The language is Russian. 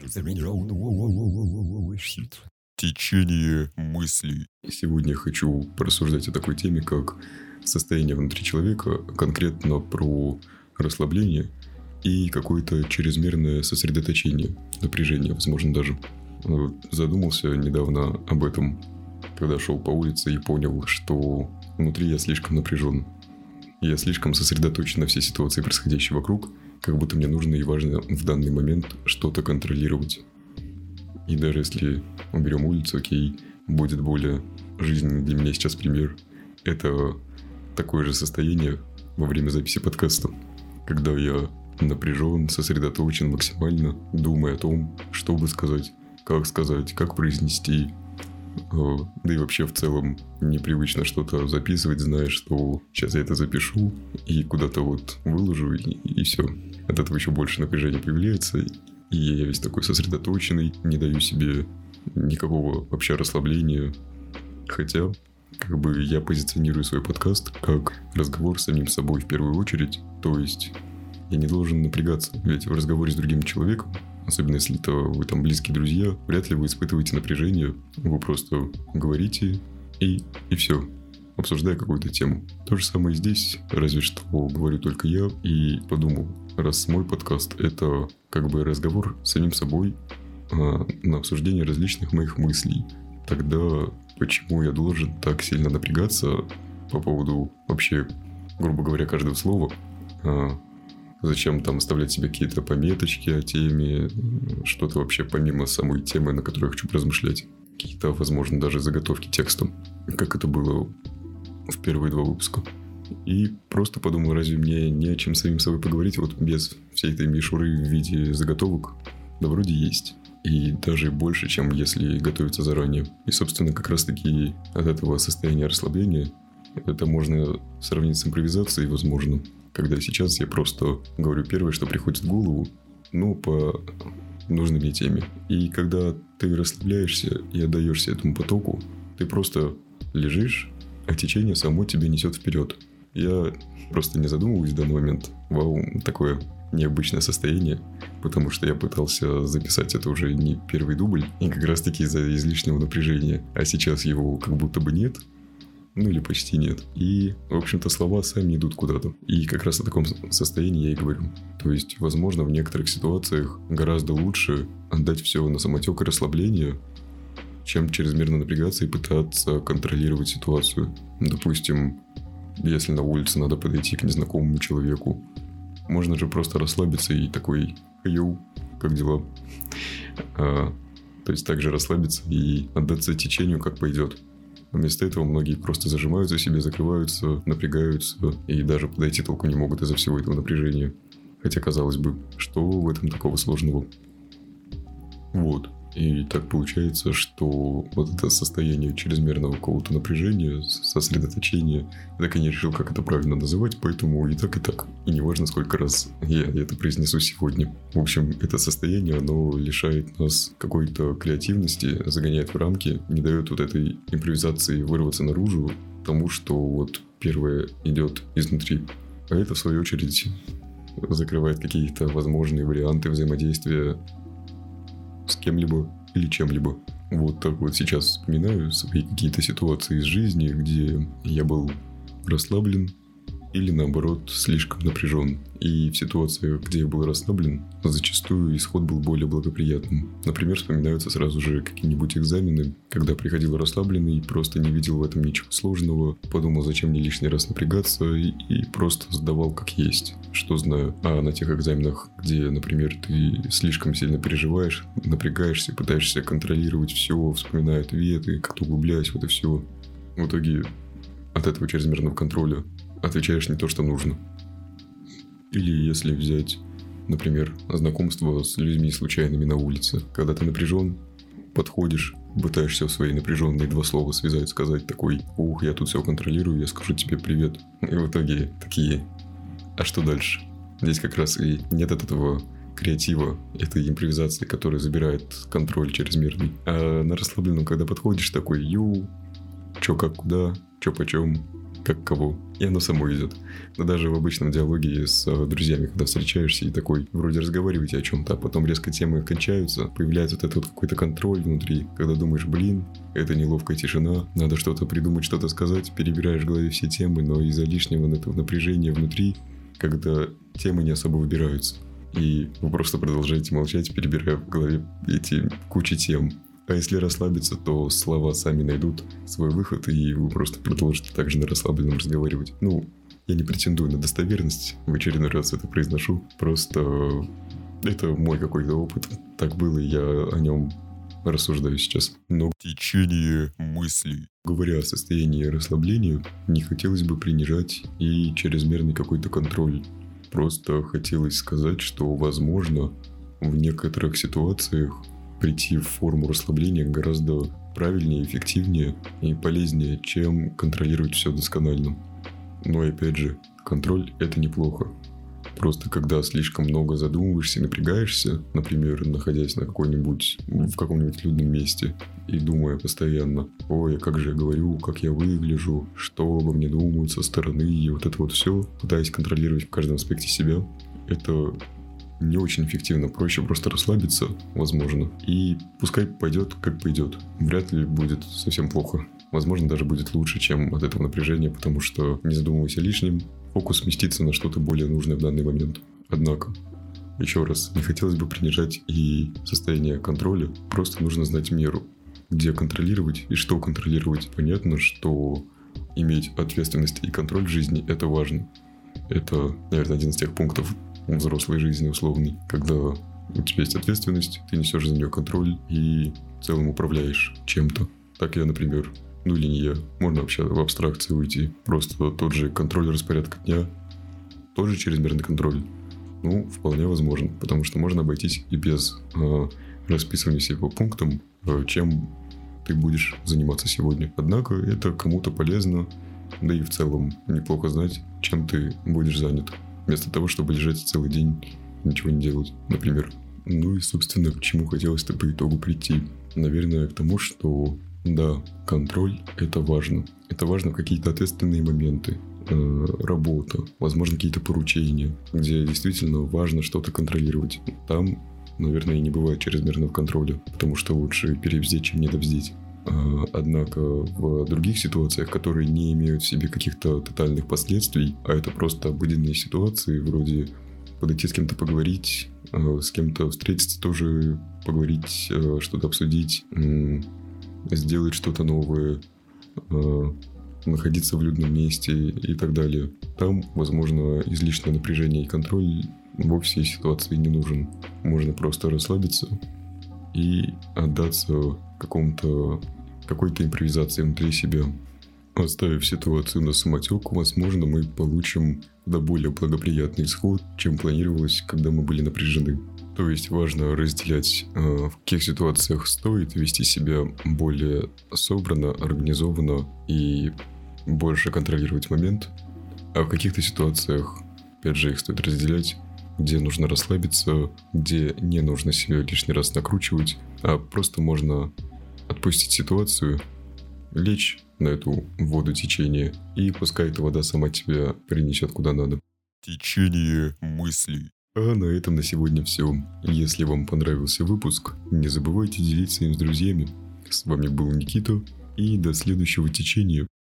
Течение мыслей. Сегодня я хочу порассуждать о такой теме, как состояние внутри человека, конкретно про расслабление и какое-то чрезмерное сосредоточение, напряжение, возможно, даже. Задумался недавно об этом, когда шел по улице и понял, что внутри я слишком напряжен. Я слишком сосредоточен на всей ситуации, происходящей вокруг, как будто мне нужно и важно в данный момент что-то контролировать. И даже если уберем улицу, окей, будет более жизненный для меня сейчас пример. Это такое же состояние во время записи подкаста, когда я напряжен, сосредоточен максимально, думая о том, что бы сказать, как произнести. Да и вообще в целом непривычно что-то записывать, зная, что сейчас я это запишу и куда-то вот выложу, и все. От этого еще больше напряжения появляется, и я весь такой сосредоточенный, не даю себе никакого вообще расслабления. Хотя, я позиционирую свой подкаст как разговор с самим собой в первую очередь. То есть я не должен напрягаться, ведь в разговоре с другим человеком, особенно если это вы там близкие друзья, вряд ли вы испытываете напряжение. Вы просто говорите и все, обсуждая какую-то тему. То же самое и здесь, разве что говорю только я, и подумал, раз мой подкаст — это разговор с самим собой на обсуждение различных моих мыслей, тогда почему я должен так сильно напрягаться по поводу вообще, грубо говоря, каждого слова? Зачем там оставлять себе какие-то пометочки о теме, что-то вообще помимо самой темы, на которой я хочу размышлять? Какие-то, возможно, даже заготовки текстом, как это было в первые 2 выпуска. И просто подумал, разве мне не о чем самим собой поговорить, вот без всей этой мишуры в виде заготовок? Да вроде есть. И даже больше, чем если готовиться заранее. И, собственно, как раз-таки от этого состояния расслабления это можно сравнить с импровизацией, возможно. Когда сейчас я просто говорю первое, что приходит в голову, по нужной мне теме. И когда ты расслабляешься и отдаешься этому потоку, ты просто лежишь, а течение само тебя несет вперед. Я просто не задумываюсь в данный момент. Вау, такое необычное состояние, потому что я пытался записать это уже не первый дубль, и как раз таки из-за излишнего напряжения. А сейчас его как будто бы нет, или почти нет. И, в общем-то, слова сами идут куда-то. И как раз о таком состоянии я и говорю. То есть, возможно, в некоторых ситуациях гораздо лучше отдать все на самотек и расслабление, чем чрезмерно напрягаться и пытаться контролировать ситуацию. Допустим, если на улице надо подойти к незнакомому человеку, можно же просто расслабиться и такой: «Йоу, как дела?» То есть также расслабиться и отдаться течению, как пойдет. Вместо этого многие просто зажимаются себе, закрываются, напрягаются и даже подойти толком не могут из-за всего этого напряжения. Хотя, казалось бы, что в этом такого сложного? Вот. И так получается, что вот это состояние чрезмерного какого-то напряжения, сосредоточения, так я не решил, как это правильно называть, поэтому и так. И неважно, сколько раз я это произнесу сегодня. В общем, это состояние, оно лишает нас какой-то креативности, загоняет в рамки, не дает вот этой импровизации вырваться наружу, тому, что вот первое идет изнутри. А это, в свою очередь, закрывает какие-то возможные варианты взаимодействия с кем-либо или чем-либо. Вот так вот сейчас вспоминаю свои какие-то ситуации из жизни, где я был расслаблен или, наоборот, слишком напряжен. И в ситуациях, где я был расслаблен, зачастую исход был более благоприятным. Например, вспоминаются сразу же какие-нибудь экзамены, когда приходил расслабленный, просто не видел в этом ничего сложного, подумал, зачем мне лишний раз напрягаться, и просто сдавал как есть, что знаю. А на тех экзаменах, где, например, ты слишком сильно переживаешь, напрягаешься, пытаешься контролировать все, вспоминая ответы, как-то углубляясь в это все, в итоге от этого чрезмерного контроля отвечаешь не то, что нужно. Или если взять, например, знакомство с людьми случайными на улице. Когда ты напряжен, подходишь, пытаешься в свои напряженные 2 слова связать, сказать такой: «Ух, я тут все контролирую, я скажу тебе привет». И в итоге такие: а что дальше? Здесь как раз и нет от этого креатива, этой импровизации, которая забирает контроль чрезмерный. А на расслабленном, когда подходишь, такой: «Ю, чё, как, куда, чё, почем». как кого. И оно само идет. Но даже в обычном диалоге с друзьями, когда встречаешься и такой, вроде разговариваете о чем-то, а потом резко темы кончаются, появляется вот этот вот какой-то контроль внутри, когда думаешь, блин, это неловкая тишина, надо что-то придумать, что-то сказать, перебираешь в голове все темы, но из-за лишнего этого напряжения внутри, когда темы не особо выбираются. И вы просто продолжаете молчать, перебирая в голове эти кучи тем. А если расслабиться, то слова сами найдут свой выход, и вы просто продолжите также на расслабленном разговаривать. Ну, я не претендую на достоверность, в очередной раз это произношу. Просто это мой какой-то опыт. Так было, и я о нем рассуждаю сейчас. Но течение мыслей. Говоря о состоянии расслабления, не хотелось бы принижать и чрезмерный какой-то контроль. Просто хотелось сказать, что, возможно, в некоторых ситуациях прийти в форму расслабления гораздо правильнее, эффективнее и полезнее, чем контролировать все досконально. Но опять же, контроль – это неплохо. Просто когда слишком много задумываешься и напрягаешься, например, находясь в каком-нибудь людном месте и думая постоянно, ой, а как же я говорю, как я выгляжу, что обо мне думают со стороны, и вот это вот все, пытаясь контролировать в каждом аспекте себя, это не очень эффективно. Проще просто расслабиться, возможно, и пускай пойдет, как пойдет. Вряд ли будет совсем плохо. Возможно, даже будет лучше, чем от этого напряжения, потому что, не задумываясь о лишнем, фокус сместится на что-то более нужное в данный момент. Однако, еще раз, не хотелось бы принижать и состояние контроля, просто нужно знать меру, где контролировать и что контролировать. Понятно, что иметь ответственность и контроль в жизни – это важно. Это, наверное, один из тех пунктов взрослой жизни условной, когда у тебя есть ответственность, ты несешь за нее контроль и в целом управляешь чем-то. Так я, например, или не я, можно вообще в абстракции уйти. Просто тот же контроль распорядка дня, тоже чрезмерный контроль. Ну, вполне возможно, потому что можно обойтись и без расписывания всего по пунктам, чем ты будешь заниматься сегодня. Однако это кому-то полезно, да и в целом неплохо знать, чем ты будешь занят, вместо того, чтобы лежать целый день и ничего не делать, например. Ну и, собственно, к чему хотелось-то по итогу прийти. Наверное, к тому, что да, контроль – это важно. Это важно в какие-то ответственные моменты. Работа, возможно, какие-то поручения, где действительно важно что-то контролировать. Там, наверное, и не бывает чрезмерного контроля, потому что лучше перебздеть, чем недобздеть. Однако в других ситуациях, которые не имеют в себе каких-то тотальных последствий, а это просто обыденные ситуации, вроде подойти с кем-то поговорить, с кем-то встретиться тоже, поговорить, что-то обсудить, сделать что-то новое, находиться в людном месте и так далее. Там, возможно, излишнее напряжение и контроль вовсе ситуации не нужен. Можно просто расслабиться и отдаться какой-то импровизации внутри себя. Оставив ситуацию на самотек, возможно, мы получим куда более благоприятный исход, чем планировалось, когда мы были напряжены. То есть важно разделять, в каких ситуациях стоит вести себя более собранно, организованно и больше контролировать момент, а в каких-то ситуациях, опять же, их стоит разделять, где нужно расслабиться, где не нужно себя лишний раз накручивать, а просто можно отпустить ситуацию, лечь на эту воду течения, и пускай эта вода сама тебя принесет куда надо. Течение мыслей. А на этом на сегодня все. Если вам понравился выпуск, не забывайте делиться им с друзьями. С вами был Никита, и до следующего течения.